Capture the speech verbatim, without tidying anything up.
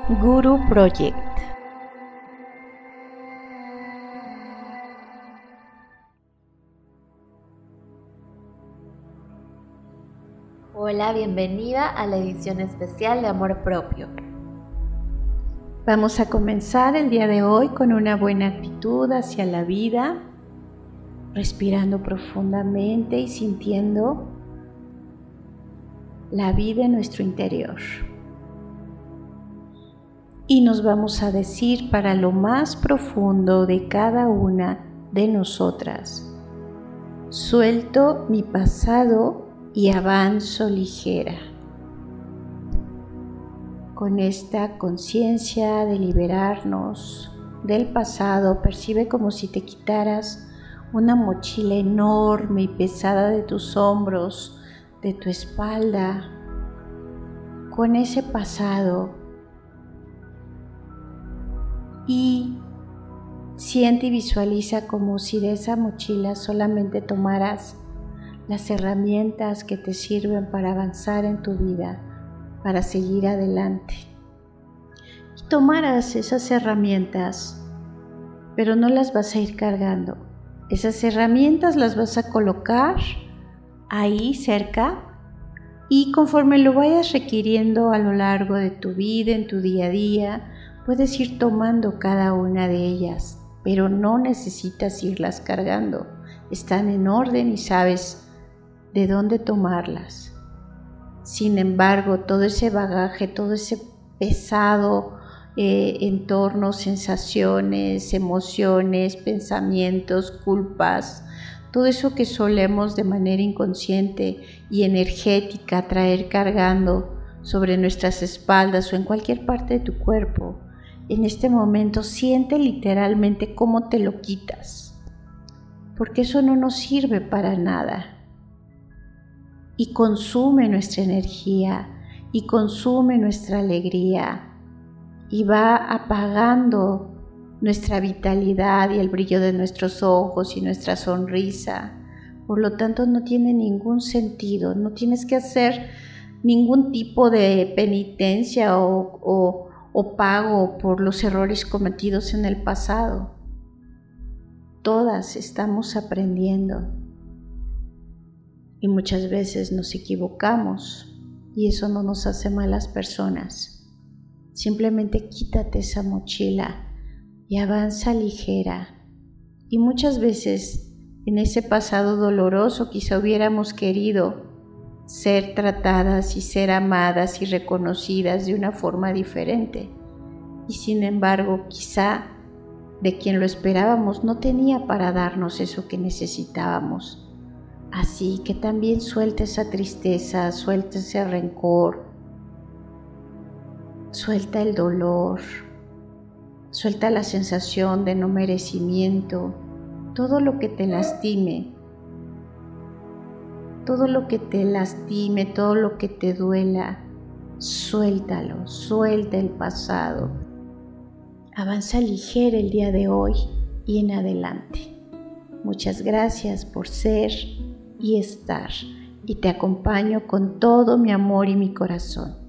Guru Project. Hola, bienvenida a la edición especial de Amor Propio. Vamos a comenzar el día de hoy con una buena actitud hacia la vida, respirando profundamente y sintiendo la vida en nuestro interior. Y nos vamos a decir para lo más profundo de cada una de nosotras: suelto mi pasado y avanzo ligera. Con esta conciencia de liberarnos del pasado, percibe como si te quitaras una mochila enorme y pesada de tus hombros, de tu espalda. Con ese pasado, y siente y visualiza como si de esa mochila solamente tomaras las herramientas que te sirven para avanzar en tu vida, para seguir adelante. Y tomaras esas herramientas, pero no las vas a ir cargando. Esas herramientas las vas a colocar ahí cerca, y conforme lo vayas requiriendo a lo largo de tu vida, en tu día a día, puedes ir tomando cada una de ellas, pero no necesitas irlas cargando. Están en orden y sabes de dónde tomarlas. Sin embargo, todo ese bagaje, todo ese pesado eh, entorno, sensaciones, emociones, pensamientos, culpas, todo eso que solemos de manera inconsciente y energética traer cargando sobre nuestras espaldas o en cualquier parte de tu cuerpo, en este momento siente literalmente cómo te lo quitas, porque eso no nos sirve para nada y consume nuestra energía y consume nuestra alegría y va apagando nuestra vitalidad y el brillo de nuestros ojos y nuestra sonrisa. Por lo tanto, no tiene ningún sentido, no tienes que hacer ningún tipo de penitencia o, o o pago por los errores cometidos en el pasado. Todas estamos aprendiendo y muchas veces nos equivocamos, y eso no nos hace malas personas. Simplemente quítate esa mochila y avanza ligera. Y muchas veces en ese pasado doloroso quizá hubiéramos querido ser tratadas y ser amadas y reconocidas de una forma diferente. Y sin embargo, quizá de quien lo esperábamos no tenía para darnos eso que necesitábamos. Así que también suelta esa tristeza, suelta ese rencor, suelta el dolor, suelta la sensación de no merecimiento, todo lo que te lastime. Todo lo que te lastime, todo lo que te duela, suéltalo, suelta el pasado. Avanza ligera el día de hoy y en adelante. Muchas gracias por ser y estar, y te acompaño con todo mi amor y mi corazón.